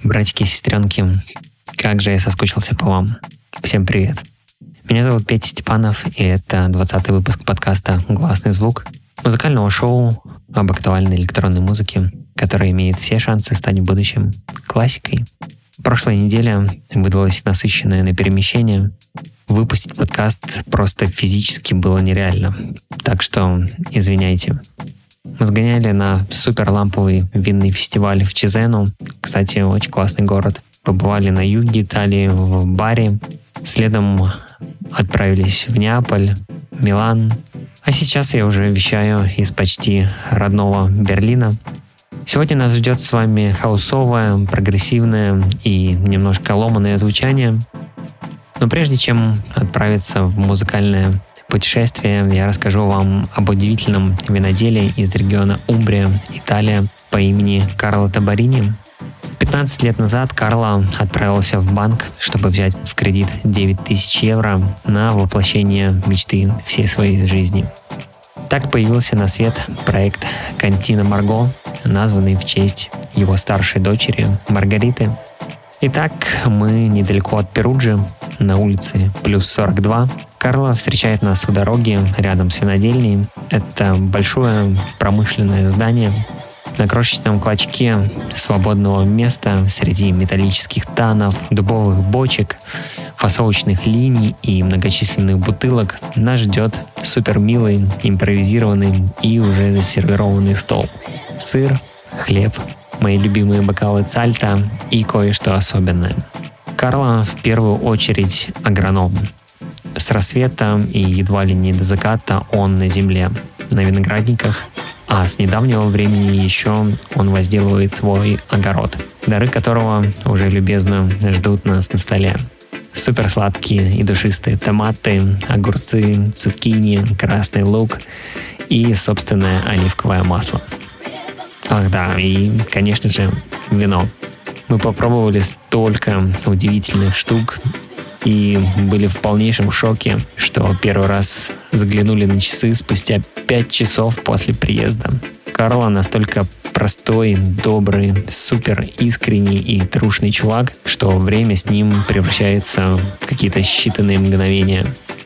Братики и сестренки, как же я соскучился по вам. Всем привет. Меня зовут Петя Степанов, и это 20-й выпуск подкаста «Гласный звук», музыкального шоу об актуальной электронной музыке, которая имеет все шансы стать в будущем классикой. Прошлая неделя выдалась насыщенная на перемещение. Выпустить подкаст просто физически было нереально, так что извиняйте. Мы сгоняли на супер ламповый винный фестиваль в Чезену. Кстати, очень классный город. Побывали на юге Италии, в Бари. Следом отправились в Неаполь, Милан. А сейчас я уже вещаю из почти родного Берлина. Сегодня нас ждет с вами хаусовое, прогрессивное и немножко ломаное звучание. Но прежде чем отправиться в музыкальное путешествие, я расскажу вам об удивительном виноделе из региона Умбрия, Италия, по имени Карло Табарини. 15 лет назад Карло отправился в банк, чтобы взять в кредит 9000 евро на воплощение мечты всей своей жизни. Так появился на свет проект Кантина Марго, названный в честь его старшей дочери Маргариты. Итак, мы недалеко от Перуджи, на улице плюс 42. Карло встречает нас у дороги рядом с винодельней. Это большое промышленное здание. На крошечном клочке свободного места среди металлических танов, дубовых бочек, фасовочных линий и многочисленных бутылок нас ждет супермилый, импровизированный и уже засервированный стол. Сыр, хлеб, мои любимые бокалы Цальта и кое-что особенное. Карло в первую очередь агроном. С рассвета и едва ли не до заката он на земле, на виноградниках, а с недавнего времени еще он возделывает свой огород, дары которого уже любезно ждут нас на столе. Суперсладкие и душистые томаты, огурцы, цукини, красный лук и собственное оливковое масло. Ах да, и, конечно же, вино. Мы попробовали столько удивительных штук и были в полнейшем шоке, что первый раз заглянули на часы спустя 5 часов после приезда. Карло настолько простой, добрый, супер искренний и трушный чувак, что время с ним превращается в какие-то считанные мгновения.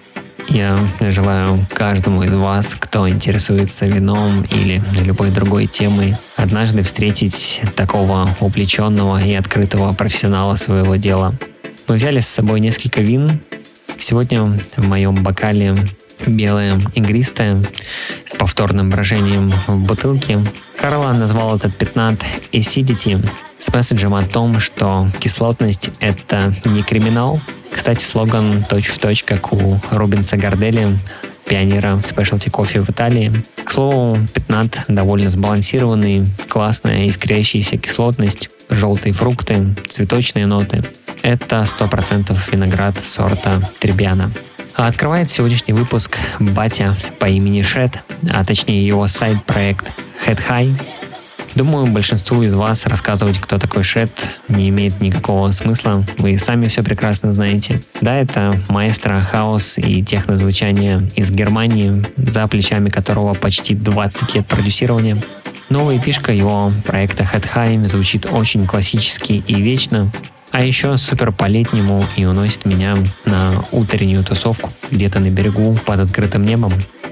Я желаю каждому из вас, кто интересуется вином или любой другой темой, однажды встретить такого увлеченного и открытого профессионала своего дела. Мы взяли с собой несколько вин. Сегодня в моем бокале белое игристое, повторным брожением в бутылке. Карло назвал этот пятнат acidity с месседжем о том, что кислотность — это не криминал. Кстати, слоган точь-в-точь, как у Рубенса Гарделли, пионера спешлти кофе в Италии. К слову, пятнат довольно сбалансированный, классная искрящаяся кислотность, желтые фрукты, цветочные ноты. Это 100% виноград сорта Требиано. А открывает сегодняшний выпуск батя по имени Шет, а точнее его сайт-проект Head High. Думаю, большинству из вас рассказывать, кто такой Шет, не имеет никакого смысла. Вы сами все прекрасно знаете. Да, это маэстро хаос и технозвучания из Германии, за плечами которого почти 20 лет продюсирования. Новая эпишка его проекта Head High звучит очень классически и вечно. А еще супер по-летнему и уносит меня на утреннюю тусовку где-то на берегу под открытым небом.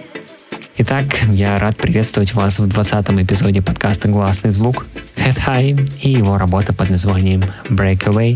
Итак, я рад приветствовать вас в 20-м эпизоде подкаста «Гласный звук» Head High и его работа под названием Breakaway.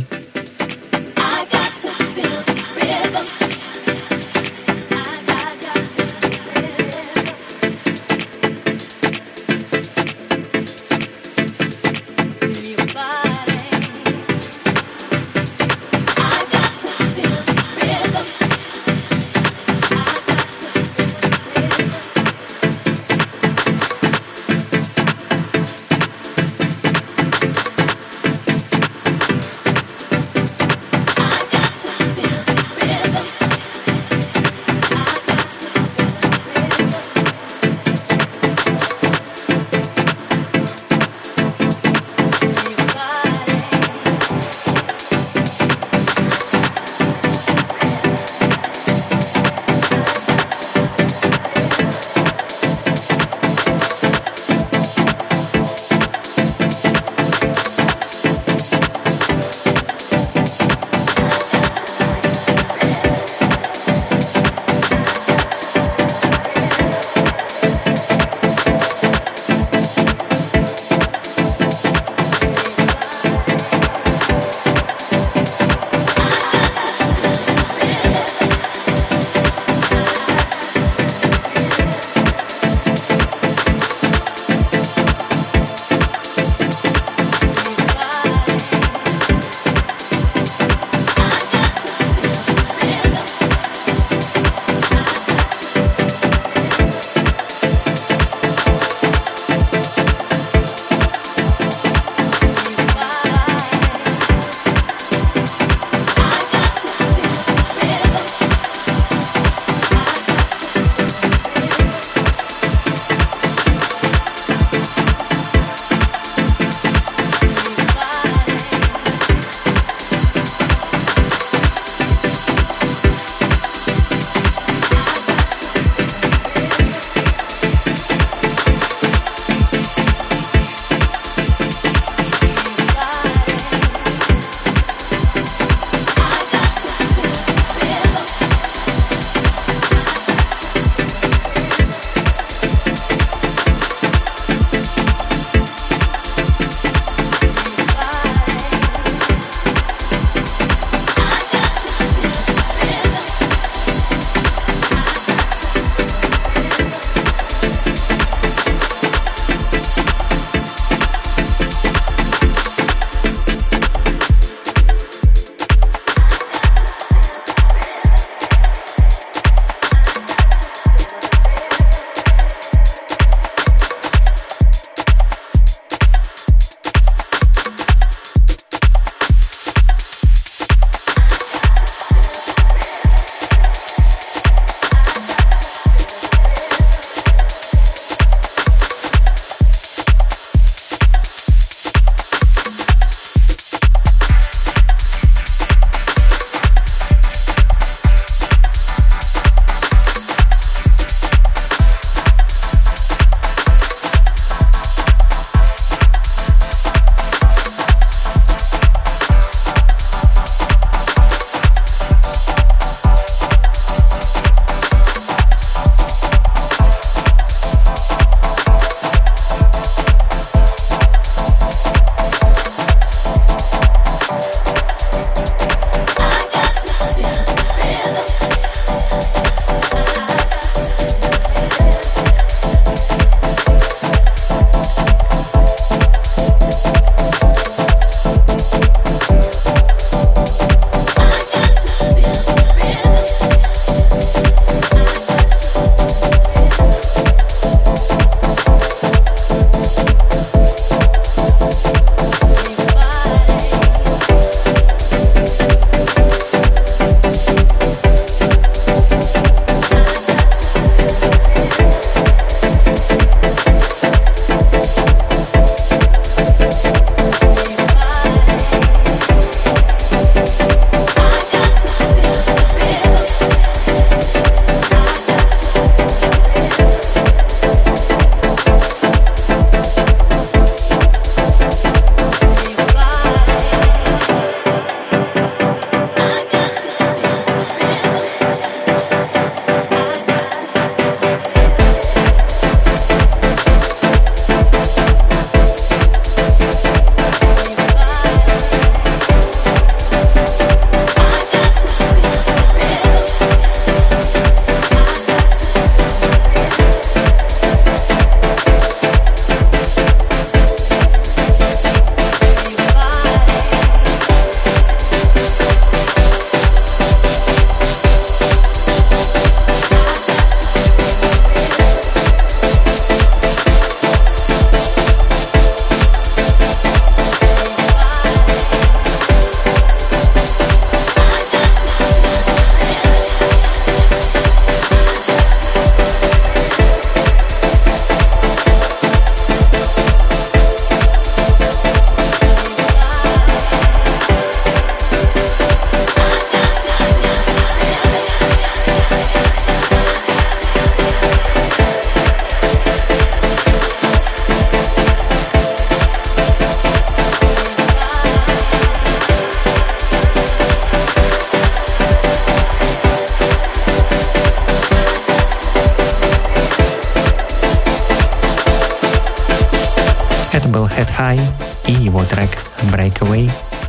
Head High и его трек Breakaway.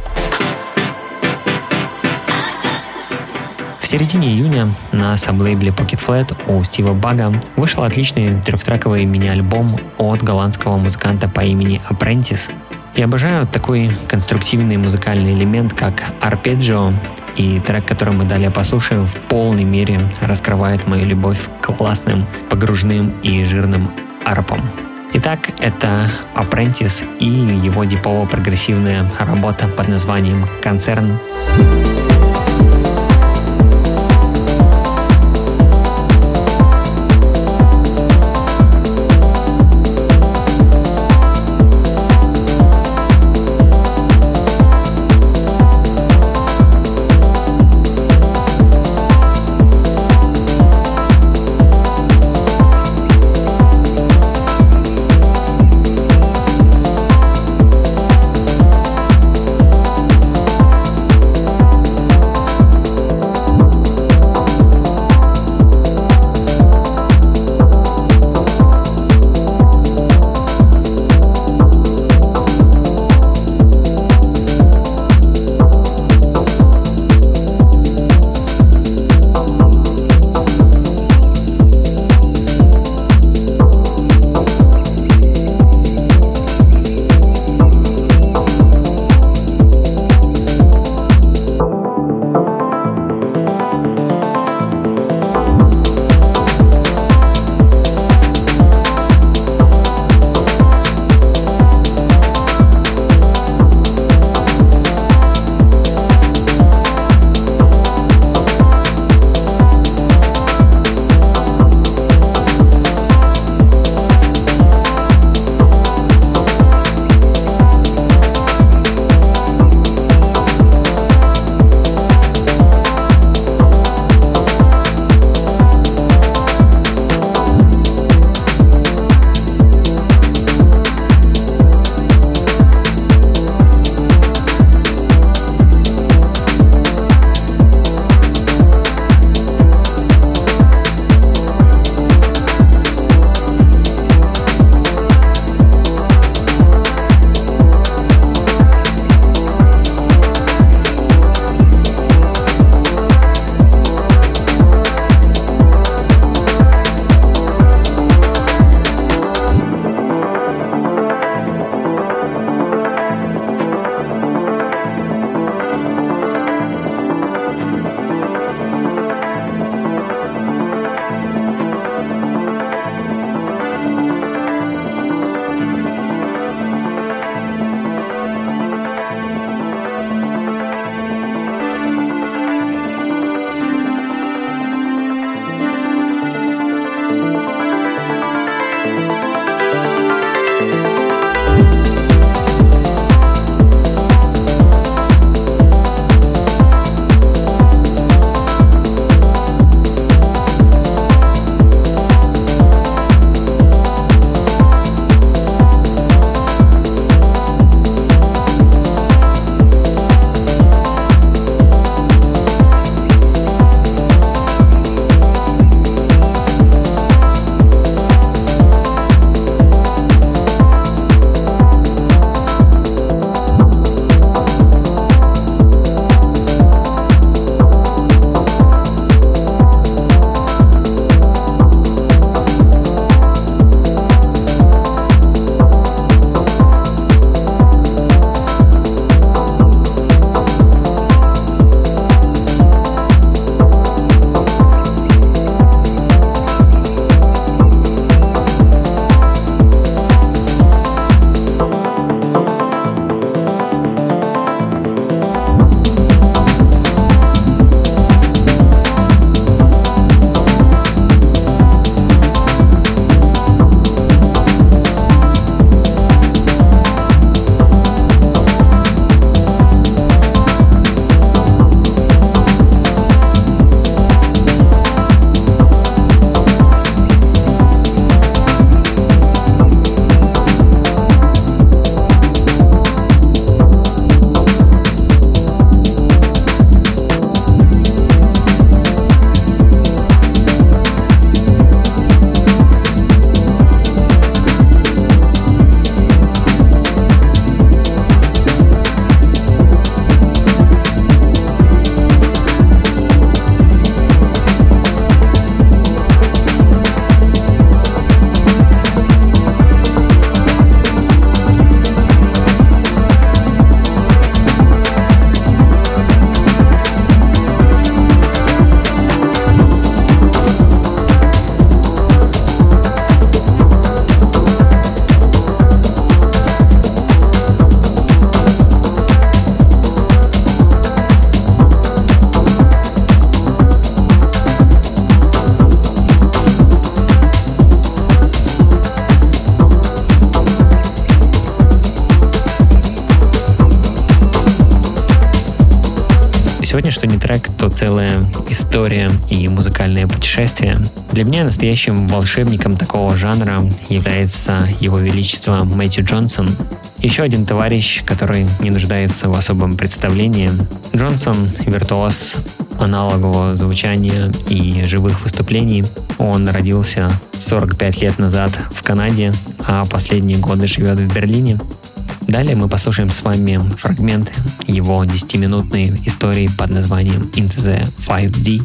В середине июня на саблейбле Pocket Flat у Стива Бага вышел отличный трехтрековый мини-альбом от голландского музыканта по имени Apprentice. Я обожаю такой конструктивный музыкальный элемент, как арпеджио, и трек, который мы далее послушаем, в полной мере раскрывает мою любовь к классным, погружным и жирным арпам. Итак, это Apprentice и его дипово-прогрессивная работа под названием «Concern». сегодня что не трек, то целая история и музыкальное путешествие. Для меня настоящим волшебником такого жанра является Его Величество Мэтью Джонсон. Еще один товарищ, который не нуждается в особом представлении. Джонсон – виртуоз аналогового звучания и живых выступлений. Он родился 45 лет назад в Канаде, а последние годы живет в Берлине. Далее мы послушаем с вами фрагмент его 10-минутной истории под названием Into the 5D.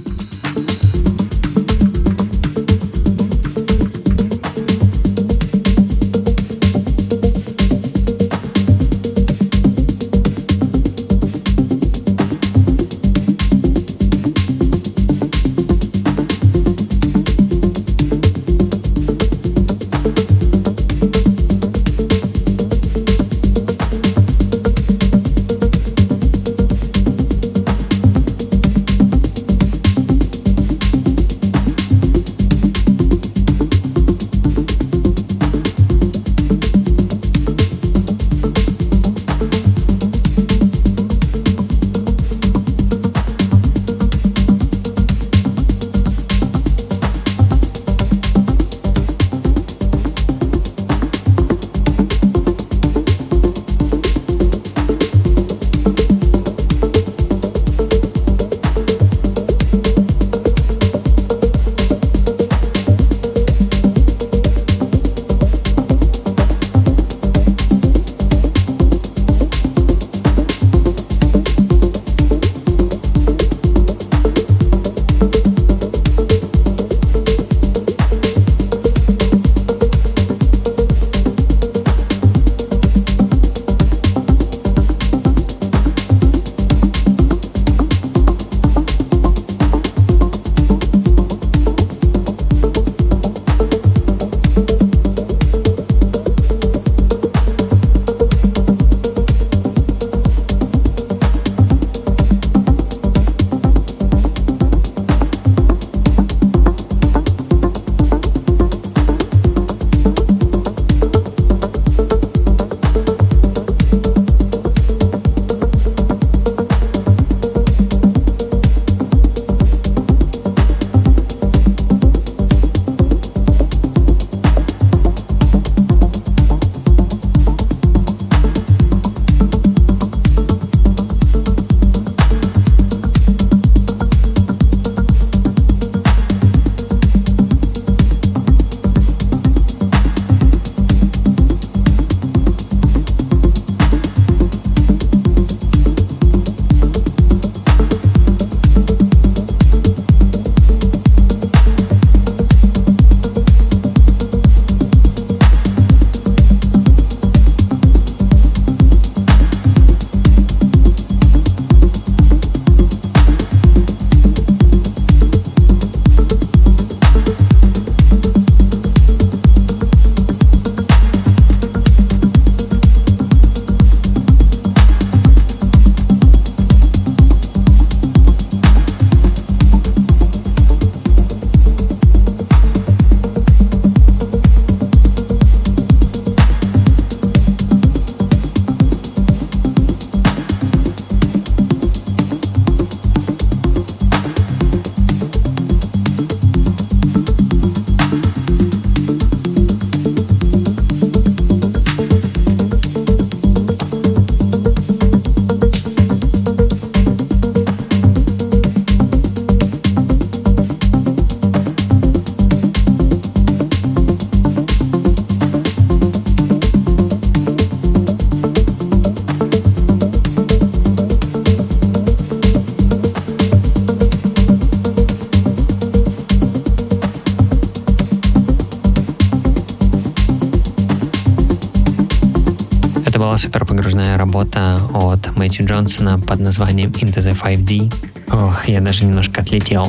была суперпогружная работа от Мэтью Джонсона под названием Into the 5D. Ох, я даже немножко отлетел.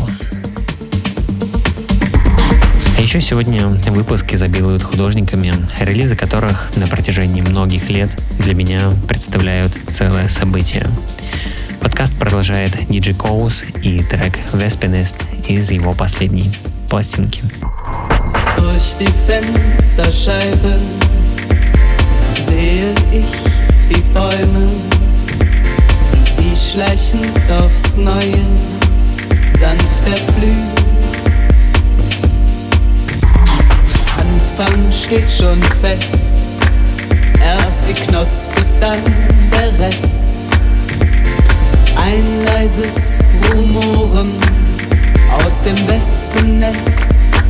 А еще сегодня выпуск изобилуют художниками, релизы которых на протяжении многих лет для меня представляют целое событие. Подкаст продолжает DJ Koos и трек Wespinist из его последней пластинки. Durch die Fensterscheibe sehe ich die Bäume, wie sie sie schleichend aufs Neue sanft erblüht. Anfang steht schon fest, erst die Knospe, dann der Rest. Ein leises Rumoren aus dem Wespennest.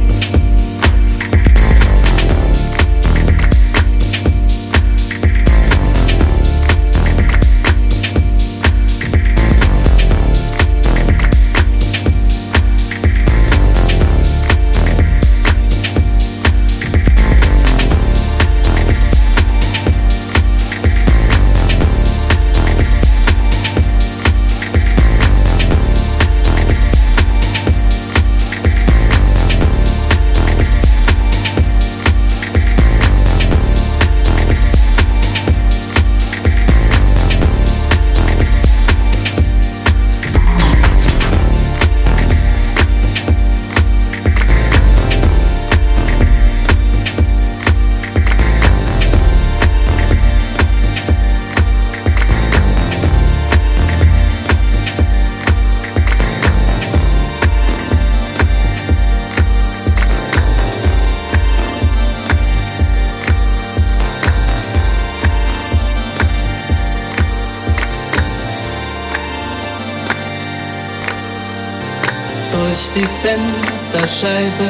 Durch die Fensterscheibe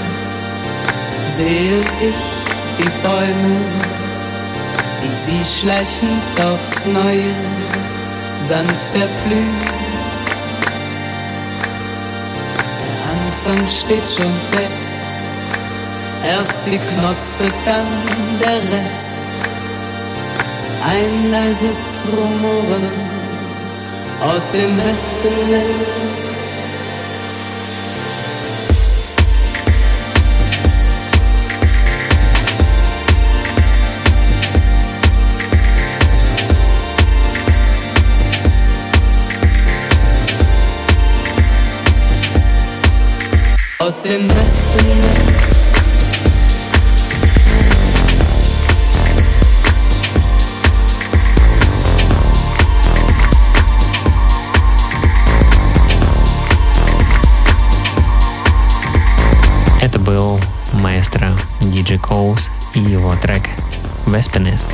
sehe ich die Bäume, wie sie schleichend aufs Neue sanft erblühen. Der Anfang steht schon fest, erst die Knospe, dann der Rest. Ein leises Rumoren aus dem Wespennest. Aus dem Wespennest. Это был маэстро DJ Kouz и его трек Wespennest.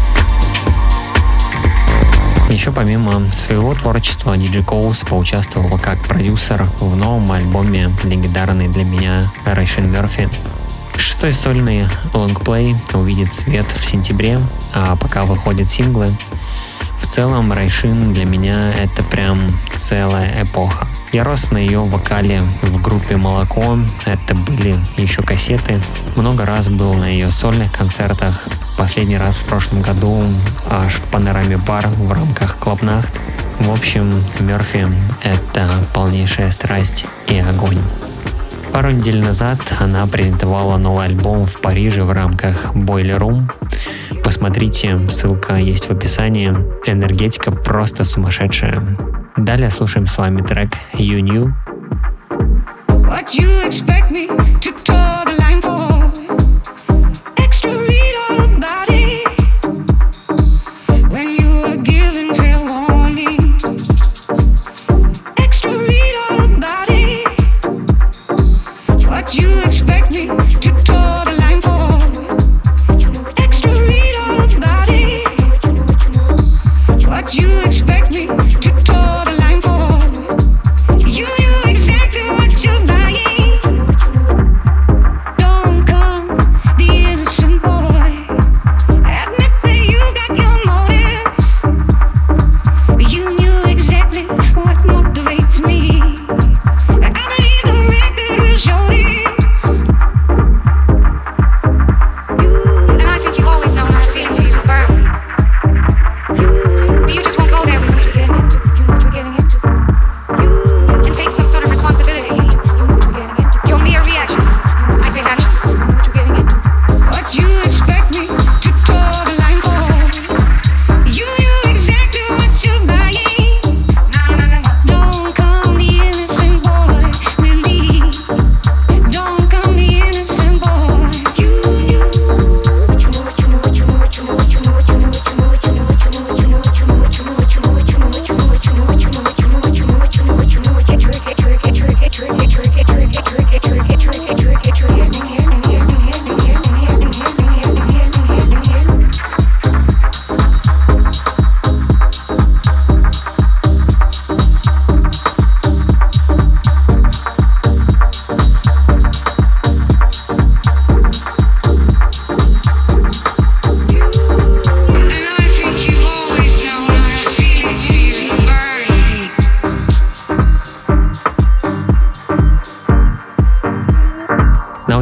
Еще помимо своего творчества, DJ Kouz поучаствовал как продюсер в новом альбоме легендарной для меня Райшин Мерфи. Шестой сольный лонгплей увидит свет в сентябре, а пока выходят синглы. В целом Райшин для меня это прям целая эпоха. Я рос на ее вокале в группе «Молоко», это были еще кассеты. Много раз был на ее сольных концертах. Последний раз в прошлом году аж в Панораме бар в рамках Клабнахт. В общем, Мерфи — это полнейшая страсть и огонь. Пару недель назад она презентовала новый альбом в Париже в рамках Boiler Room. Посмотрите, ссылка есть в описании. Энергетика просто сумасшедшая. Далее слушаем с вами трек You Knew. What you expect me to toe the line for? Extra read all about it. When you were given fair warning. Extra read all about it. What you expect me to toe the line for? Extra read all about it. What you expect me to toe the line for? You knew exactly what you're buying.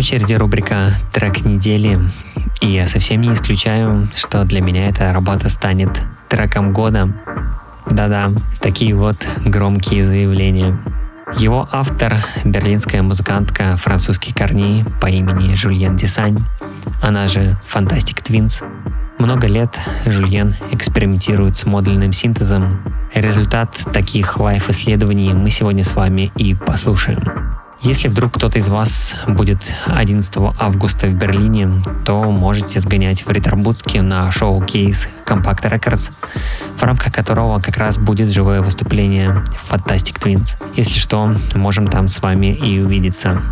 очереди рубрика «Трек недели», и я совсем не исключаю, что для меня эта работа станет треком года. Да-да, такие вот громкие заявления. Его автор – берлинская музыкантка французских корней по имени Жюльен Десань, она же Fantastic Twins. Много лет Жюльен экспериментирует с модульным синтезом. Результат таких лайв-исследований мы сегодня с вами и послушаем. Если вдруг кто-то из вас будет 11 августа в Берлине, то можете сгонять в Ритербутске на шоу-кейс Compact Records, в рамках которого как раз будет живое выступление Fantastic Twins. Если что, можем там с вами и увидеться.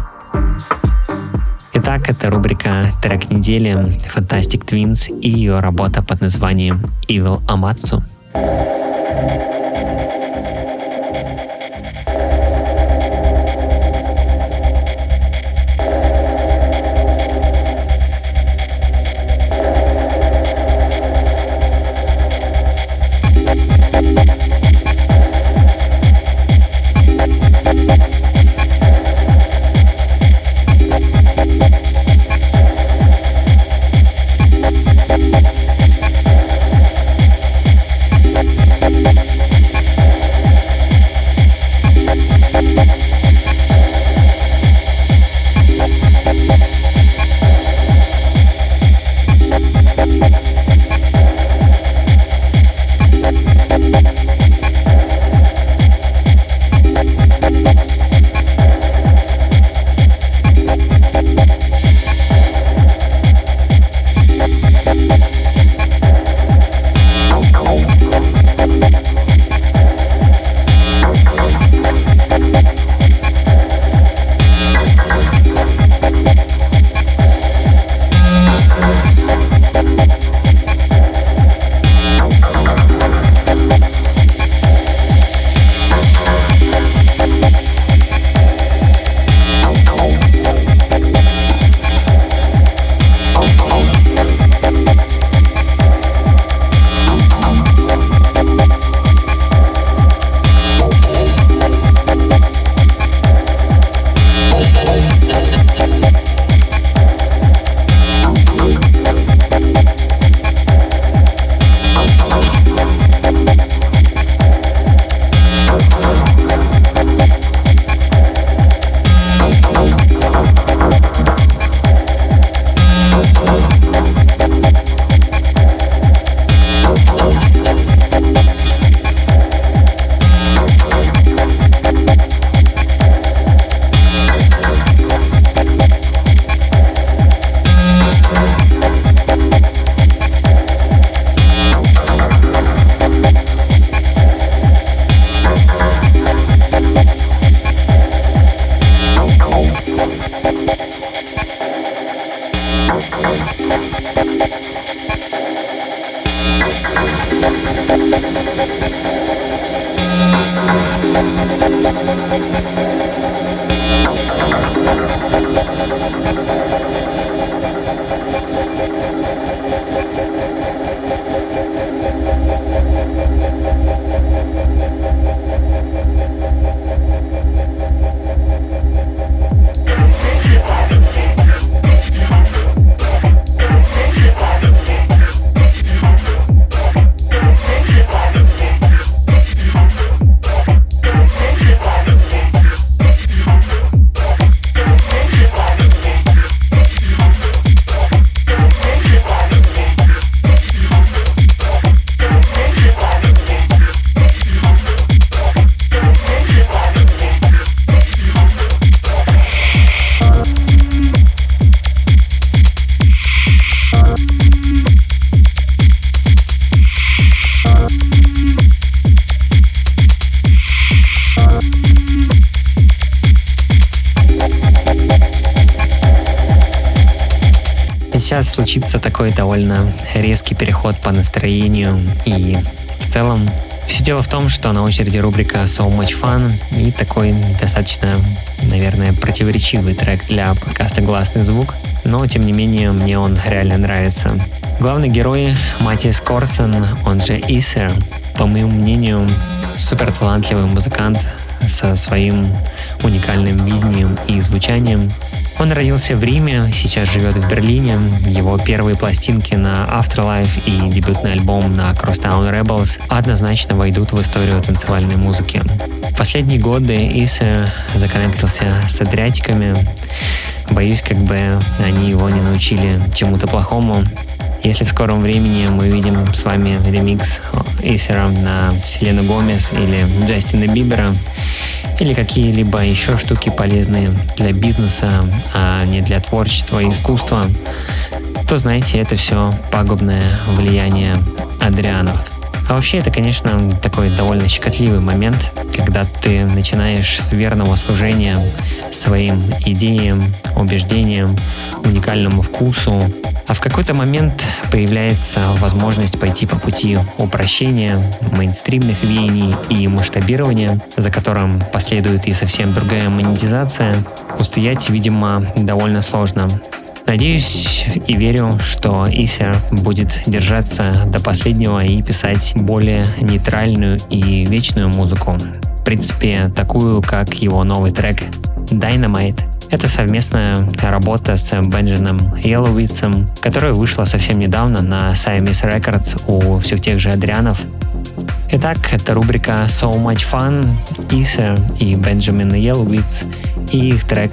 Итак, это рубрика «Трек недели» Fantastic Twins и ее работа под названием Evil Amatsu. Сейчас случится такой довольно резкий переход по настроению, и в целом все дело в том, что на очереди рубрика So Much Fun и такой достаточно, наверное, противоречивый трек для подкаста «Гласный звук», но тем не менее мне он реально нравится. Главный герой Матиас Корсен, он же Исер, по моему мнению, супер талантливый музыкант со своим уникальным видением и звучанием. Он родился в Риме, сейчас живет в Берлине. Его первые пластинки на Afterlife и дебютный альбом на Crosstown Rebels однозначно войдут в историю танцевальной музыки. В последние годы Иса законнектился с Адриатиками. Боюсь, как бы они его не научили чему-то плохому. Если в скором времени мы увидим с вами ремикс Исера на Селену Гомес или Джастина Бибера, или какие-либо еще штуки полезные для бизнеса, а не для творчества и искусства, то, знаете, это все пагубное влияние Адрианов. А вообще это, конечно, такой довольно щекотливый момент, когда ты начинаешь с верного служения своим идеям, убеждениям, уникальному вкусу, а в какой-то момент появляется возможность пойти по пути упрощения, мейнстримных веяний и масштабирования, за которым последует и совсем другая монетизация. Устоять, видимо, довольно сложно. Надеюсь и верю, что Исер будет держаться до последнего и писать более нейтральную и вечную музыку. В принципе, такую, как его новый трек Dynamite. Это совместная работа с Бенджамином Йеллоуицем, которая вышла совсем недавно на Siamese Records у всех тех же Адрианов. Итак, это рубрика So Much Fun, Иса и Бенджамин Йеллоуиц и их трек.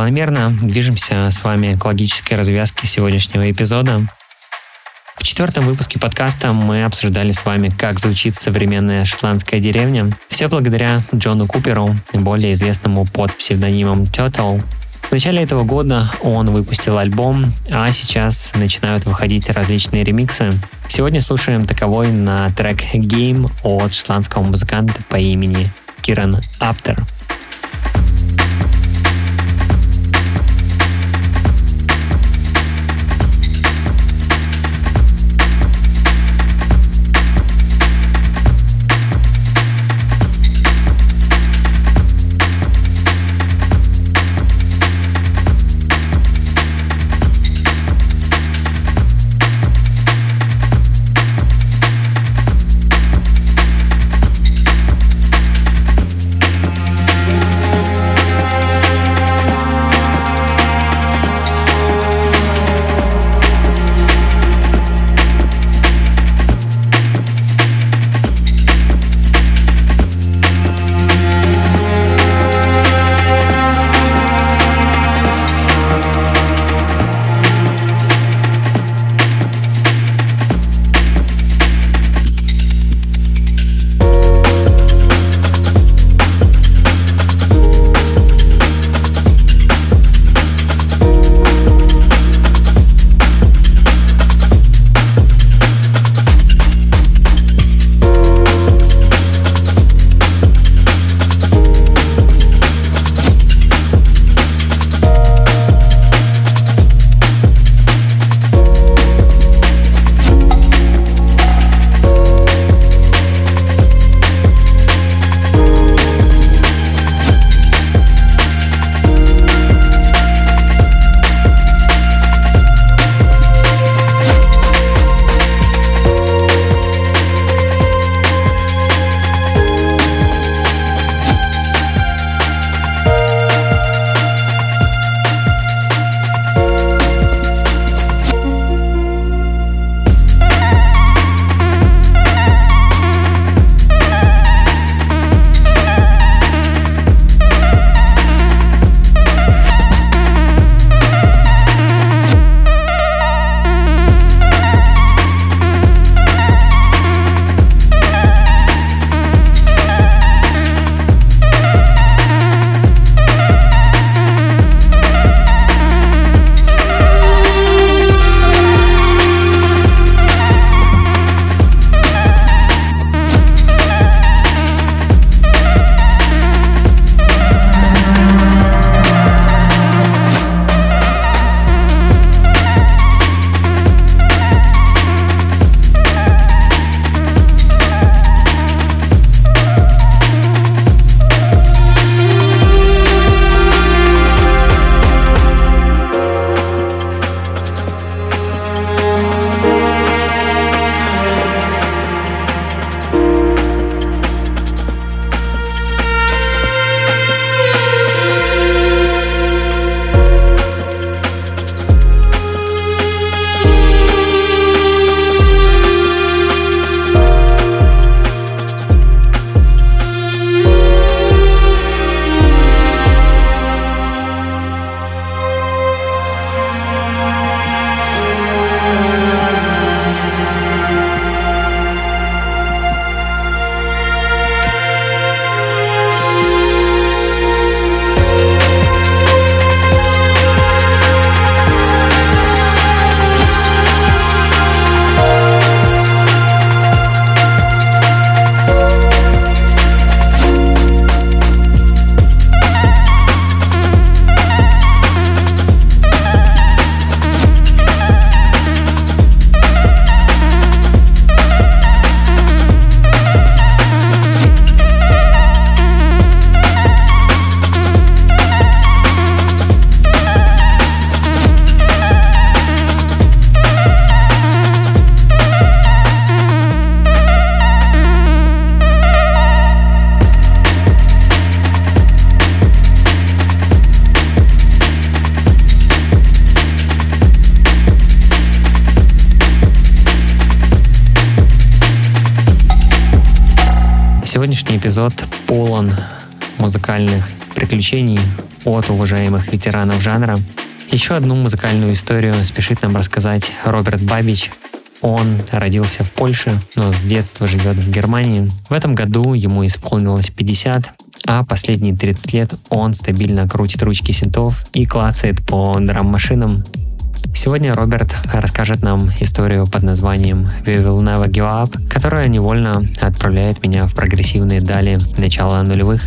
Планомерно движемся с вами к логической развязке сегодняшнего эпизода. В 4-м выпуске подкаста мы обсуждали с вами, как звучит современная шотландская деревня. Все благодаря Джону Куперу, более известному под псевдонимом Turtle. В начале этого года он выпустил альбом, а сейчас начинают выходить различные ремиксы. Сегодня слушаем таковой на трек Game от шотландского музыканта по имени Киран Аптер. Сегодняшний эпизод полон музыкальных приключений от уважаемых ветеранов жанра. Еще одну музыкальную историю спешит нам рассказать Роберт Бабич. Он родился в Польше, но с детства живет в Германии. В этом году ему исполнилось 50, а последние 30 лет он стабильно крутит ручки синтов и клацает по драм-машинам. Сегодня Роберт расскажет нам историю под названием We Will Never Give Up, которая невольно отправляет меня в прогрессивные дали начала нулевых.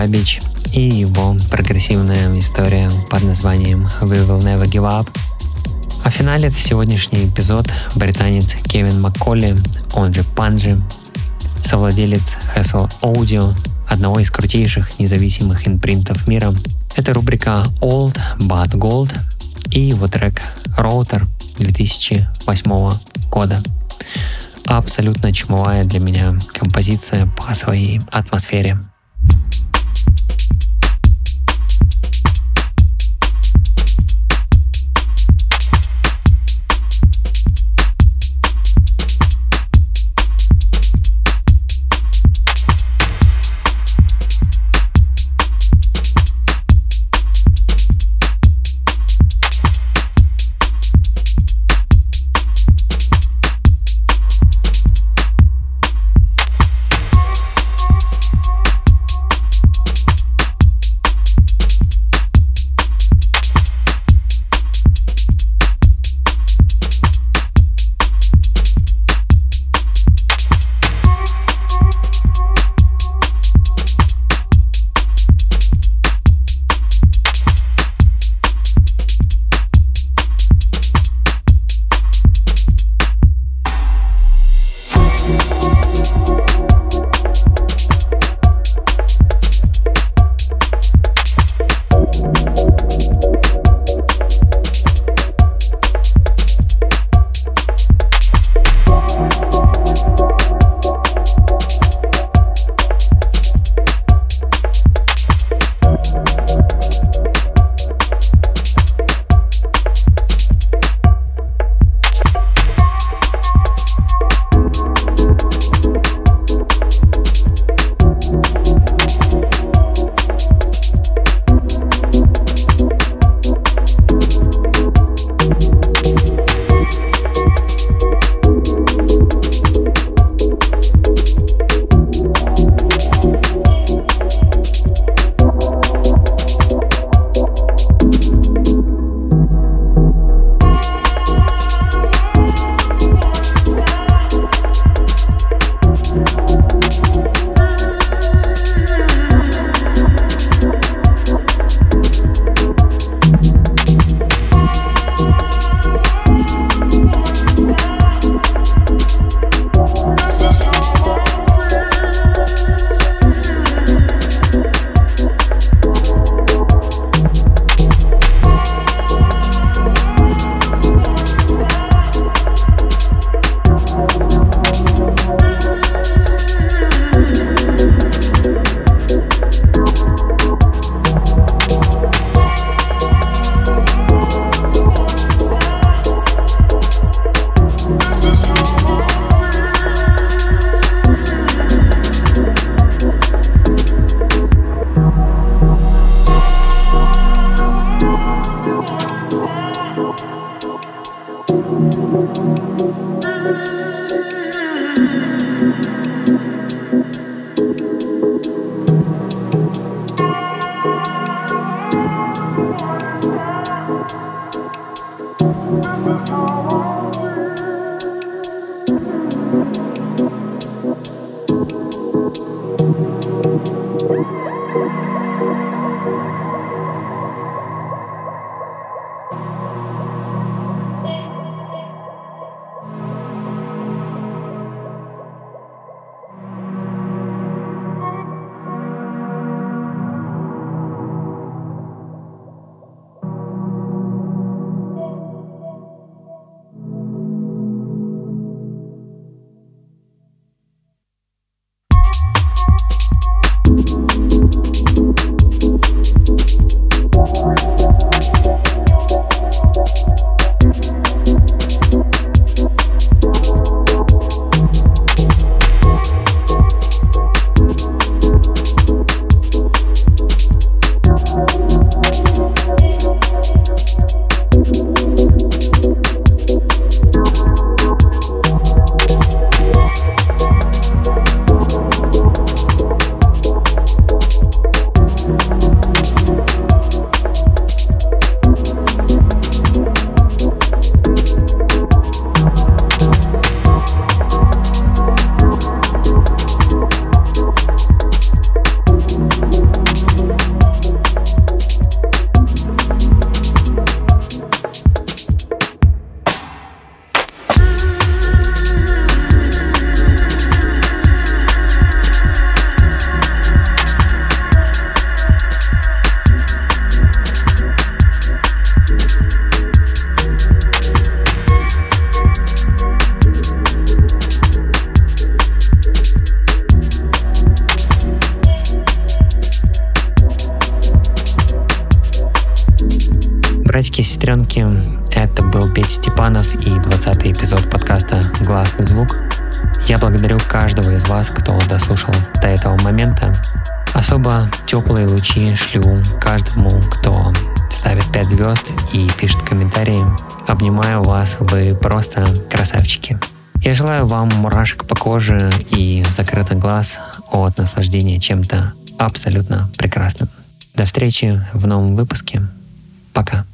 Babbage и его прогрессивная история под названием We Will Never Give Up. А финалит сегодняшний эпизод британец Кевин Макколли, он же Панджи, совладелец Hassel Audio, одного из крутейших независимых импринтов мира. Это рубрика Old But Gold и его трек Router 2008 года. Абсолютно чумовая для меня композиция по своей атмосфере. Братики и сестренки, это был Петя Степанов и 20-й эпизод подкаста «Гласный звук». Я благодарю каждого из вас, кто дослушал до этого момента. Особо теплые лучи шлю каждому, кто ставит 5 звезд и пишет комментарии. Обнимаю вас, вы просто красавчики. Я желаю вам мурашек по коже и закрытых глаз от наслаждения чем-то абсолютно прекрасным. До встречи в новом выпуске. Пока.